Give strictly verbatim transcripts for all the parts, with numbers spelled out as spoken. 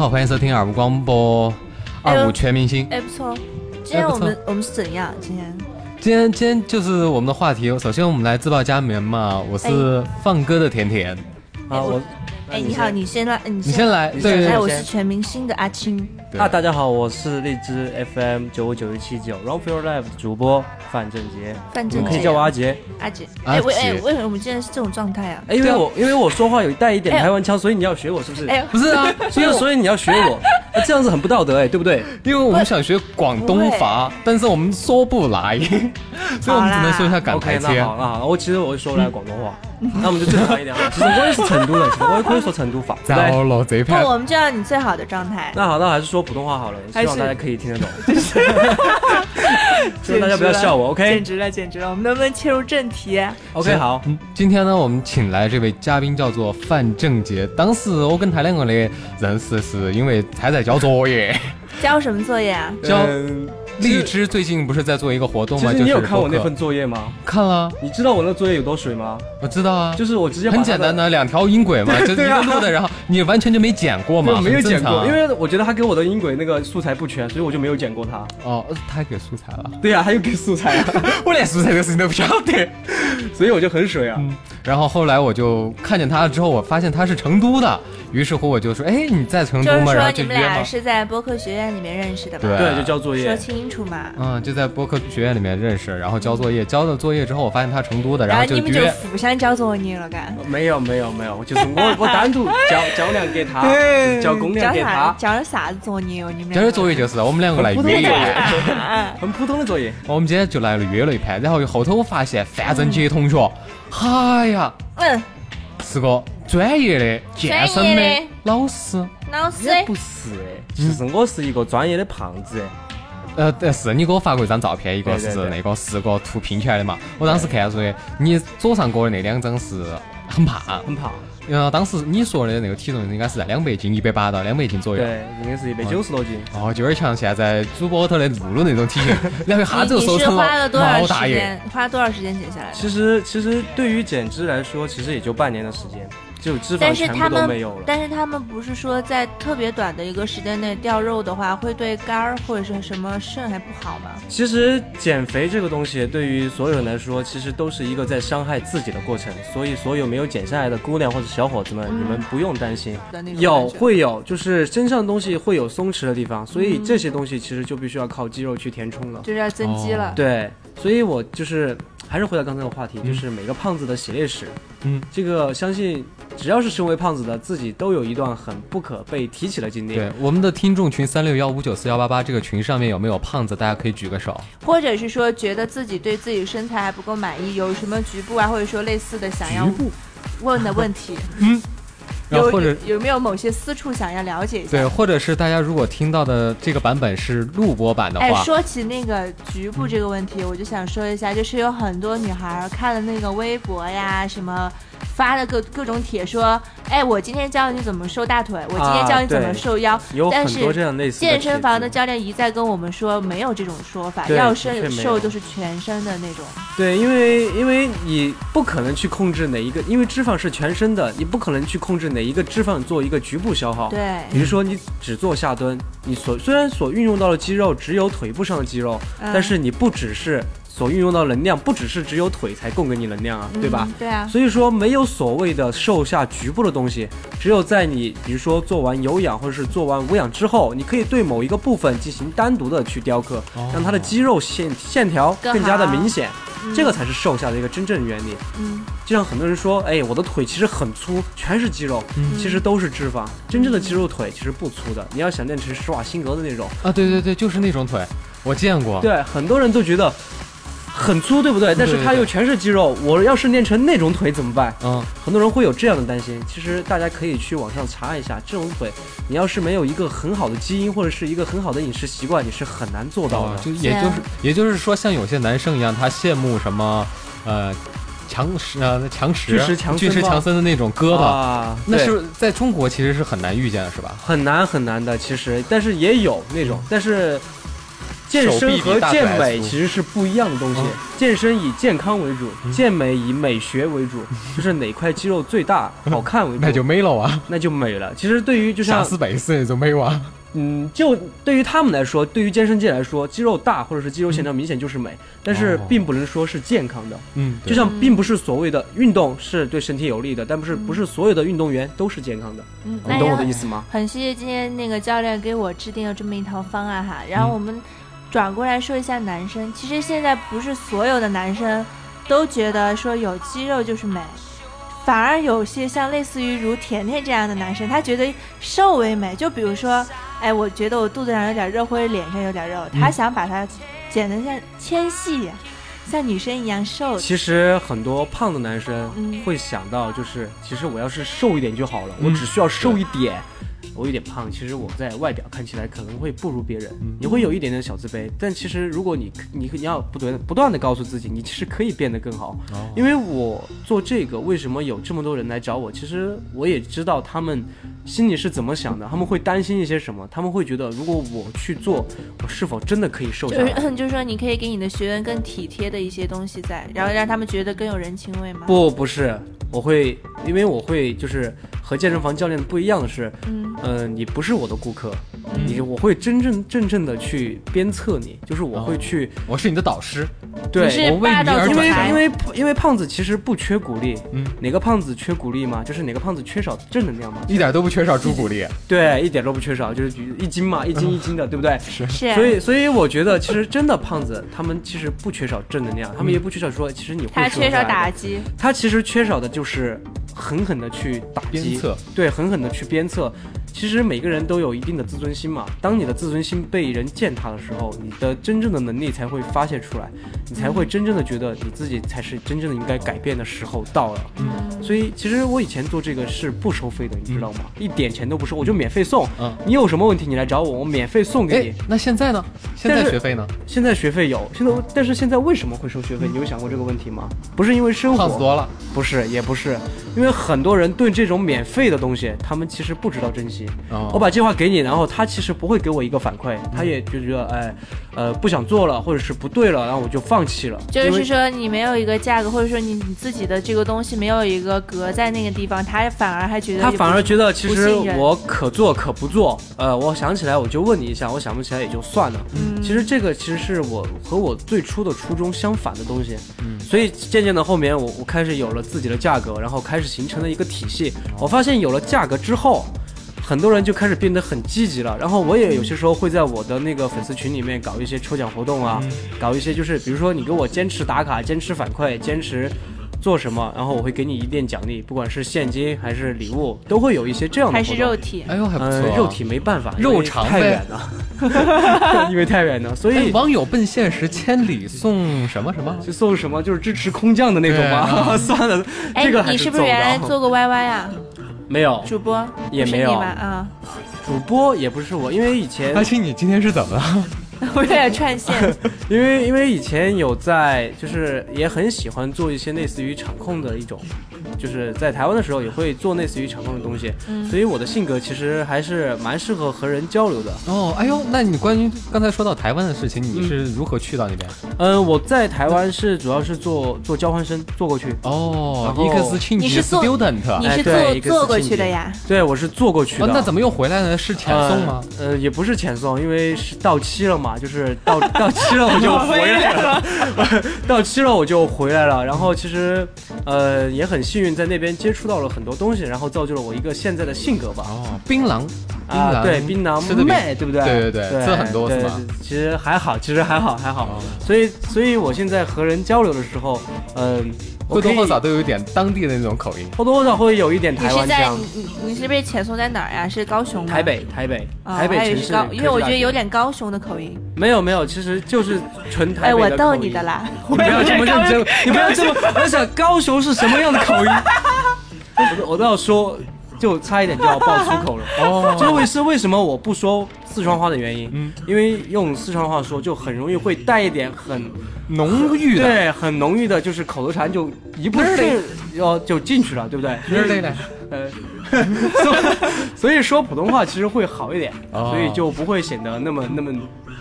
好，欢迎收听二五广播，二五全明星。 哎，不错。今天我们我们是怎样？今天今天今天就是我们的话题。首先我们来自报家门嘛，我是放歌的甜甜。 啊，我哎，你好，你先来，你先来。对， 哎，我是全明星的阿青。 啊，大家好，我是荔枝 F M 九五九一七九 Run for Your Life 主播范正杰。 范正杰， 可以叫我阿杰。 阿杰，哎，为哎为什么我们今天是这种状态啊？ 哎，因为我因为我说话有带一点台湾腔，所以你要学我，是不是？ 哎， 不是啊， 所以所以你要学我，这样子很不道德哎，对不对？ 因为我们想学广东话，但是我们说不来，所以我们只能说一下港台腔。 那好啊，我其实我说不来广东话，那我们就正常一点。其实我也是成都人，其实我也可以说成都话。 糟了，这一片。 那我们就要你最好的状态。 那好，那还是说普通话好了，希望大家可以听得懂。希望大家不要笑我 ，OK？ 简直了，简直了！我们能不能切入正题 ？OK， 好。 嗯，今天呢，我们请来这位嘉宾叫做范正杰。当时我跟他两个的认识是因为他在交作业。 交什么作业啊？ 交。荔枝最近不是在做一个活动吗？ 其实你有看我那份作业吗？ 看了。 你知道我那作业有多水吗？ 我知道啊， 就是我直接很简单的两条音轨嘛，就是一个录的，然后你完全就没剪过嘛， 没有剪过，因为我觉得他给我的音轨那个素材不全，所以我就没有剪过他。 哦，他还给素材了？ 对啊，他又给素材啊， 我连素材这个事情都不晓得， 所以我就很水啊。 嗯，然后后来我就看见他了之后，我发现他是成都的，于是乎我就说，哎，你在成都吗？然后就约嘛。 就是说你们俩是在播客学院里面认识的吗？ 对，就交作业。 说清楚嘛。 嗯。就在播客学院里面认识，然后交作业，交了作业之后，我发现他成都的， 然后就约。 然后你们就互相交作业了，干？ 没有没有没有，就是我我单独交交量给他，交公粮给他。 交了啥子作业哦？你们交的作业就是我们两个来约一约， 很普通的作业。 我们今天就来了约了一盘，然后后头我发现范正杰同学，哎呀，嗯，是个专业的健身的老师。 老师也不是哎，其实我是一个专业的胖子。 呃，是你给我发过一张照片，一个是那个四个图拼起来的嘛。我当时看出来，你左上角的那两张是很胖， 很胖。 呃，当时你说的那个体重应该是在两百斤，一百八到两百斤左右。 对，应该是一百九十多斤。 哦，就有点像现在主播头的露露那种体型，然后哈子就瘦成了毛大爷。花了多少时间减下来的？ 其实，其实对于减脂来说，其实也就半年的时间。就脂肪全部都没有了。 但是他们不是说在特别短的一个时间内掉肉的话，会对肝儿或者是什么肾还不好吗？ 其实减肥这个东西对于所有人来说，其实都是一个在伤害自己的过程。所以所有没有减下来的姑娘或者小伙子们，嗯、你们不用担心。有会有，就是身上的东西会有松弛的地方，所以这些东西其实就必须要靠肌肉去填充了， 就是要增肌了。 哦、对，所以我就是还是回到刚才的话题，嗯、就是每个胖子的血泪史。嗯，这个相信。只要是身为胖子的，自己都有一段很不可被提起的经历。 对，我们的听众群三六幺五九四幺八八这个群上面有没有胖子？大家可以举个手。 或者是说觉得自己对自己身材还不够满意，有什么局部啊，或者说类似的想要问的问题。嗯。有或者有没有某些私处想要了解一下？ 对，或者是大家如果听到的这个版本是录播版的话， 哎，说起那个局部这个问题，嗯、我就想说一下，就是有很多女孩看了那个微博呀，什么发的各各种帖说，哎，我今天教你怎么瘦大腿，我今天教你怎么瘦腰， 啊、有很多这样类似的。 健身房的教练一再跟我们说，没有这种说法，要瘦瘦都是全身的那种。 对，因为因为你不可能去控制哪一个，因为脂肪是全身的，你不可能去控制哪一个脂肪做一个局部消耗。 对， 比如说你只做下蹲，你所虽然所运用到的肌肉只有腿部上的肌肉，嗯、但是你不只是所运用到能量，不只是只有腿才供给你能量啊，对吧？ 嗯、对啊。 所以说没有所谓的瘦下局部的东西，只有在你比如说做完有氧或者是做完无氧之后，你可以对某一个部分进行单独的去雕刻，哦、让它的肌肉线线条更加的明显。这个才是瘦下的一个真正原理。嗯，就像很多人说，哎，我的腿其实很粗，全是肌肉，嗯、其实都是脂肪。真正的肌肉腿其实不粗的，你要想练成施瓦辛格的那种啊，对对对，就是那种腿，我见过。 对，很多人都觉得很粗，对不对？但是它又全是肌肉，我要是练成那种腿怎么办？嗯，很多人会有这样的担心。其实大家可以去网上查一下，这种腿，你要是没有一个很好的基因或者是一个很好的饮食习惯，你是很难做到的。 哦、就也就是也就是说，像有些男生一样，他羡慕什么呃强实呃强实巨石强巨石强森的那种胳膊， 啊、 那是在中国其实是很难遇见的，是吧？ 很难很难的，其实，但是也有那种，嗯、但是。 健身和健美其实是不一样的东西。 嗯、 健身以健康为主，嗯、健美以美学为主，就是哪块肌肉最大、好看为主， 那就美了啊， 那就美了。其实对于就像吓死贝斯那种美哇。 嗯，就对于他们来说，对于健身界来说，肌肉大或者是肌肉线条明显就是美，嗯、但是并不能说是健康的。 嗯， 就像并不是所谓的运动是对身体有利的，但不是不是所有的运动员都是健康的。嗯，你懂我的意思吗？ 很谢谢今天那个教练给我制定了这么一套方案哈。然后我们转过来说一下男生，嗯、其实现在不是所有的男生都觉得说有肌肉就是美。反而有些像类似于如甜甜这样的男生，他觉得瘦为美。就比如说，哎，我觉得我肚子上有点肉或者脸上有点肉，他想把它剪得像纤细，像女生一样瘦。 其实很多胖的男生会想到，就是、嗯、其实我要是瘦一点就好了，嗯、我只需要瘦一点。我有点胖，其实我在外表看起来可能会不如别人，嗯、你会有一点点小自卑。但其实如果你你你要不断不断的告诉自己，你其实可以变得更好。哦、因为我做这个，为什么有这么多人来找我？其实我也知道他们心里是怎么想的，他们会担心一些什么，他们会觉得如果我去做，我是否真的可以瘦下来？ 就是、就是说你可以给你的学员更体贴的一些东西在，然后让他们觉得更有人情味吗？ 不，不是，我会，因为我会就是和健身房教练不一样的是，嗯。呃，你不是我的顾客，嗯、你我会真正正正的去鞭策你，就是我会去， 哦、我是你的导师， 对， 我为你而因为因为因为胖子其实不缺鼓励，嗯，哪个胖子缺鼓励吗？就是哪个胖子缺少正能量吗？ 一点都不缺少猪鼓励， 对，一点都不缺少，就是一斤嘛，一斤一斤的，对不对？ 是是， 所以所以我觉得其实真的胖子他们其实不缺少正能量，他们也不缺少说其实你会他缺少打击， 他其实缺少的就是狠狠的去打击， 鞭策， 对，狠狠的去鞭策。其实每个人都有一定的自尊心嘛，当你的自尊心被人践踏的时候，你的真正的能力才会发泄出来，你才会真正的觉得你自己才是真正的应该改变的时候到了。嗯，所以其实我以前做这个是不收费的，你知道吗？嗯、一点钱都不收，我就免费送。嗯，你有什么问题你来找我，我免费送给你。 那现在呢？现在学费呢？ 现在学费有，现在但是现在为什么会收学费？你有想过这个问题吗？不是因为生活胖子多了， 不是，也不是，因为很多人对这种免费的东西，他们其实不知道珍惜。哦，我把计划给你，然后他其实不会给我一个反馈，他也就觉得哎，呃，不想做了，或者是不对了，然后我就放弃了。 就是说你没有一个价格，或者说你你自己的这个东西没有一个格在那个地方，他反而还觉得他反而觉得其实我可做可不做。呃，我想起来我就问你一下，我想不起来也就算了。嗯，其实这个其实是我和我最初的初衷相反的东西。嗯，所以渐渐的后面我我开始有了自己的价格，然后开始形成了一个体系。我发现有了价格之后，很多人就开始变得很积极了，然后我也有些时候会在我的那个粉丝群里面搞一些抽奖活动啊，嗯、搞一些就是比如说你给我坚持打卡、坚持反馈、坚持做什么，然后我会给你一点奖励，不管是现金还是礼物，都会有一些这样的活动。 还是肉体？ 哎呦，还不错、啊呃。肉体没办法， 肉肠太远了，因为太远了，所以、 哎、网友奔现实千里送什么什么？ 就送什么？就是支持空降的那种吗？啊、算了， 哎、 这个还是你是不是原来做过 Y Y 啊？ 没有， 主播也没有啊， 主播也不是我，因为以前阿青，你今天是怎么了？ 我有点串线， 因为因为以前有在，就是也很喜欢做一些类似于场控的一种，就是在台湾的时候也会做类似于场控的东西，嗯、所以我的性格其实还是蛮适合和人交流的。 哦，哎呦，那你关于刚才说到台湾的事情，你是如何去到那边？ 嗯、呃，我在台湾是主要是做做交换生，做过去。 哦，伊克斯庆吉 student， 你是做、哎、做过去的呀？ 对，我是做过去的。 哦，那怎么又回来呢？是遣送吗？ 呃，呃也不是遣送，因为是到期了嘛。就是到到期了我就回来了，到期了我就回来了。然后其实，呃，也很幸运在那边接触到了很多东西，然后造就了我一个现在的性格吧。 哦，槟榔啊，对，槟榔妹，对不对？ 对对对，吃很多是吧？ 其实还好，其实还好，还好。哦、所以，所以我现在和人交流的时候，嗯、呃。 或多或少都有一点当地的那种口音， 或多或少会有一点台湾腔。 你是在你你是被遣送在哪儿呀？是高雄吗？ 台北，台北， 哦、 台北城市。 高，因为我觉得有点高雄的口音。 没有没有，其实就是纯台北的口音。 哎，我逗你的啦！ 你不要这么认真，你不要这么。我想高雄是什么样的口音？我我都要说，就差一点就要爆粗口了。哦，这会是为什么我不说四川话的原因。嗯，因为用四川话说就很容易会带一点很浓郁的， 对，很浓郁的，就是口头禅就一不是要就进去了，对不对？ 是累的， 呃，所以所以说普通话其实会好一点，哦、所以就不会显得那么那么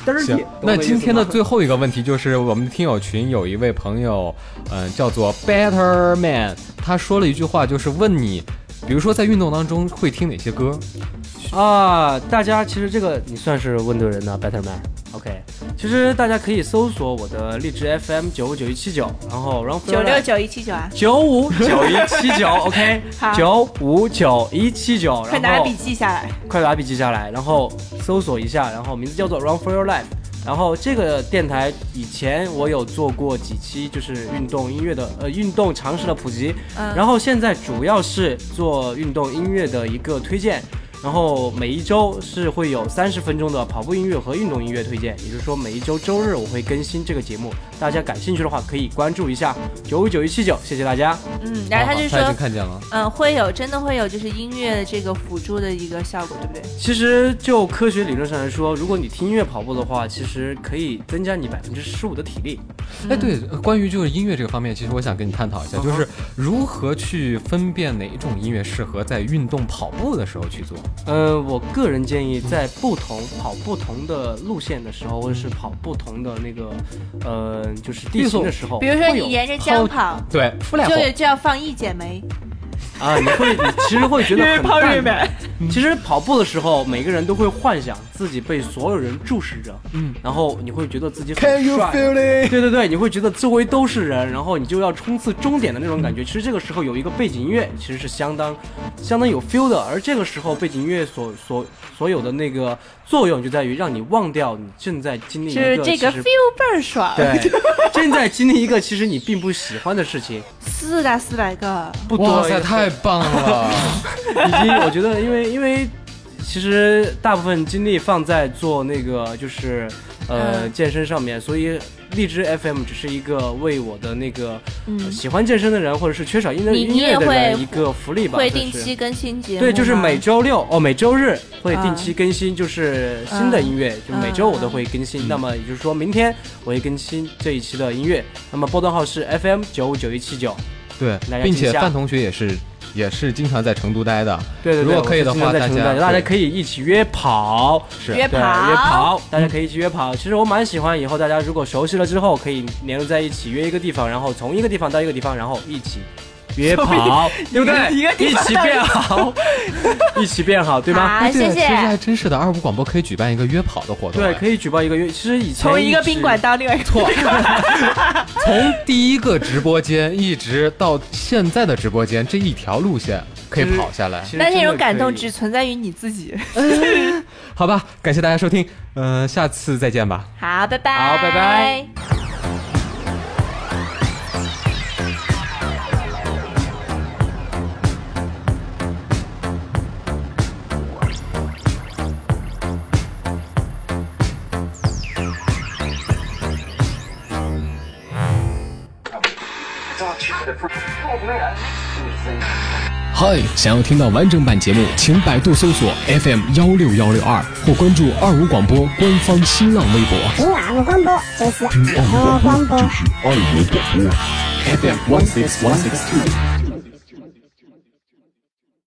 dirty。 那今天的最后一个问题就是，我们听友群有一位朋友，嗯、呃，叫做 Better Man， 他说了一句话，就是问你，比如说在运动当中会听哪些歌？ 啊，大家其实这个你算是问对人了 ，Better Man。OK， 其实大家可以搜索我的荔枝 F M 九五九一七九，然后 Run for Your Life 九六九一七九啊， 九五九一七九 ，OK， 九五九一七九， 快拿笔记下来， 快拿笔记下来，然后搜索一下，然后名字叫做 Run for Your Life。然后这个电台以前我有做过几期，就是运动音乐的呃运动常识的普及，嗯、然后现在主要是做运动音乐的一个推荐。然后每一周是会有三十分钟的跑步音乐和运动音乐推荐，也就是说每一周周日我会更新这个节目，大家感兴趣的话可以关注一下九五九一七九，谢谢大家。 嗯，然后他就说， 他已经看见了， 嗯，会有真的会有就是音乐的这个辅助的一个效果，对不对？ 其实就科学理论上来说，如果你听音乐跑步的话，其实可以增加你百分之十五的体力。 哎，对，关于就是音乐这个方面，其实我想跟你探讨一下，就是如何去分辨哪一种音乐适合在运动跑步的时候去做。 呃，我个人建议在不同跑不同的路线的时候，或者是跑不同的那个呃，就是地形的时候， 比如说你沿着江跑， 对， 就就要放一剪梅。 啊，你会，你其实会觉得很越跑越美。 其实跑步的时候，每个人都会幻想自己被所有人注视着，嗯，然后你会觉得自己很帅。Can you feel it？ 对对对，你会觉得周围都是人，然后你就要冲刺终点的那种感觉。嗯、其实这个时候有一个背景音乐，其实是相当相当有 feel 的。而这个时候背景音乐所所所有的那个作用，就在于让你忘掉你正在经历一个就是这个 feel 倍儿爽。 对，正在经历一个其实你并不喜欢的事情。 四打四百个， 不多， 哇塞，太棒了！ 已经，我觉得，因为因为其实大部分精力放在做那个就是呃、嗯、健身上面，所以荔枝 F M 只是一个为我的那个、嗯呃、喜欢健身的人或者是缺少音乐音乐的人一个福利吧。 会定期更新节目， 对，就是每周六哦，每周日会定期更新，就是新的音乐，嗯、就每周我都会更新。嗯、那么也就是说明天我会更新这一期的音乐。那么波段号是 F M 九五九一七九。 对，并且范同学也是也是经常在成都待的。 对对对， 如果可以的话，大家大家可以一起约跑， 是约跑约跑，大家可以一起约跑。其实我蛮喜欢，以后大家如果熟悉了之后，可以连在一起约一个地方，然后从一个地方到一个地方，然后一起约跑，对不对？一起变好，一起变好，对吗？ 好，谢谢。 其实还真是的，二五广播可以举办一个约跑的活动。 对，可以举办一个约。其实以前从一个宾馆到另外一个错，从第一个直播间一直到现在的直播间这一条路线可以跑下来。 但那种感动只存在于你自己。 好吧，感谢大家收听，呃，下次再见吧。 好，拜拜。 好，拜拜。 嗨，想要听到完整版节目，请百度搜索 F M 幺六幺六二或关注二五广播官方新浪微博。 听二五广播就是听二五广播，就是二五广播 F M one six one six two。